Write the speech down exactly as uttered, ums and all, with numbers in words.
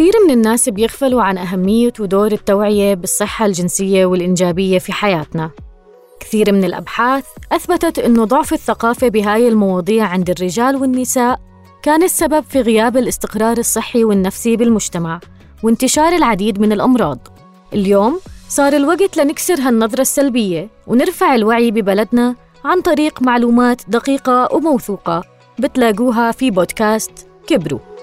كثير من الناس بيغفلوا عن أهمية ودور التوعية بالصحة الجنسية والإنجابية في حياتنا. كثير من الأبحاث أثبتت إنه ضعف الثقافة بهاي المواضيع عند الرجال والنساء كان السبب في غياب الاستقرار الصحي والنفسي بالمجتمع وانتشار العديد من الأمراض. اليوم صار الوقت لنكسر هالنظرة السلبية ونرفع الوعي ببلدنا عن طريق معلومات دقيقة وموثوقة بتلاقوها في بودكاست كبروا.